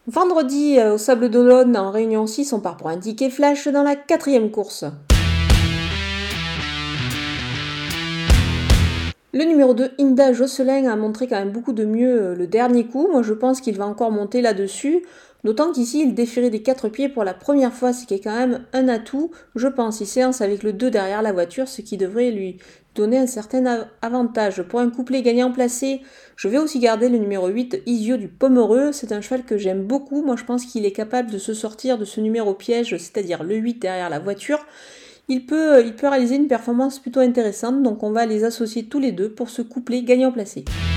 Vendredi, au Sable d'Olonne, en Réunion 6, on part pour un ticket flash dans la quatrième course. Le numéro 2, Inda Josselin, a montré quand même beaucoup de mieux le dernier coup. Moi, je pense qu'il va encore monter là-dessus. D'autant qu'ici, il défierait des 4 pieds pour la première fois, ce qui est quand même un atout. Je pense, il séance avec le 2 derrière la voiture, ce qui devrait lui donner un certain avantage. Pour un couplet gagnant placé, je vais aussi garder le numéro 8, Isio du Pomereux. C'est un cheval que j'aime beaucoup. Moi, je pense qu'il est capable de se sortir de ce numéro piège, c'est-à-dire le 8 derrière la voiture. Il peut réaliser une performance plutôt intéressante, donc on va les associer tous les deux pour ce couplet gagnant placé.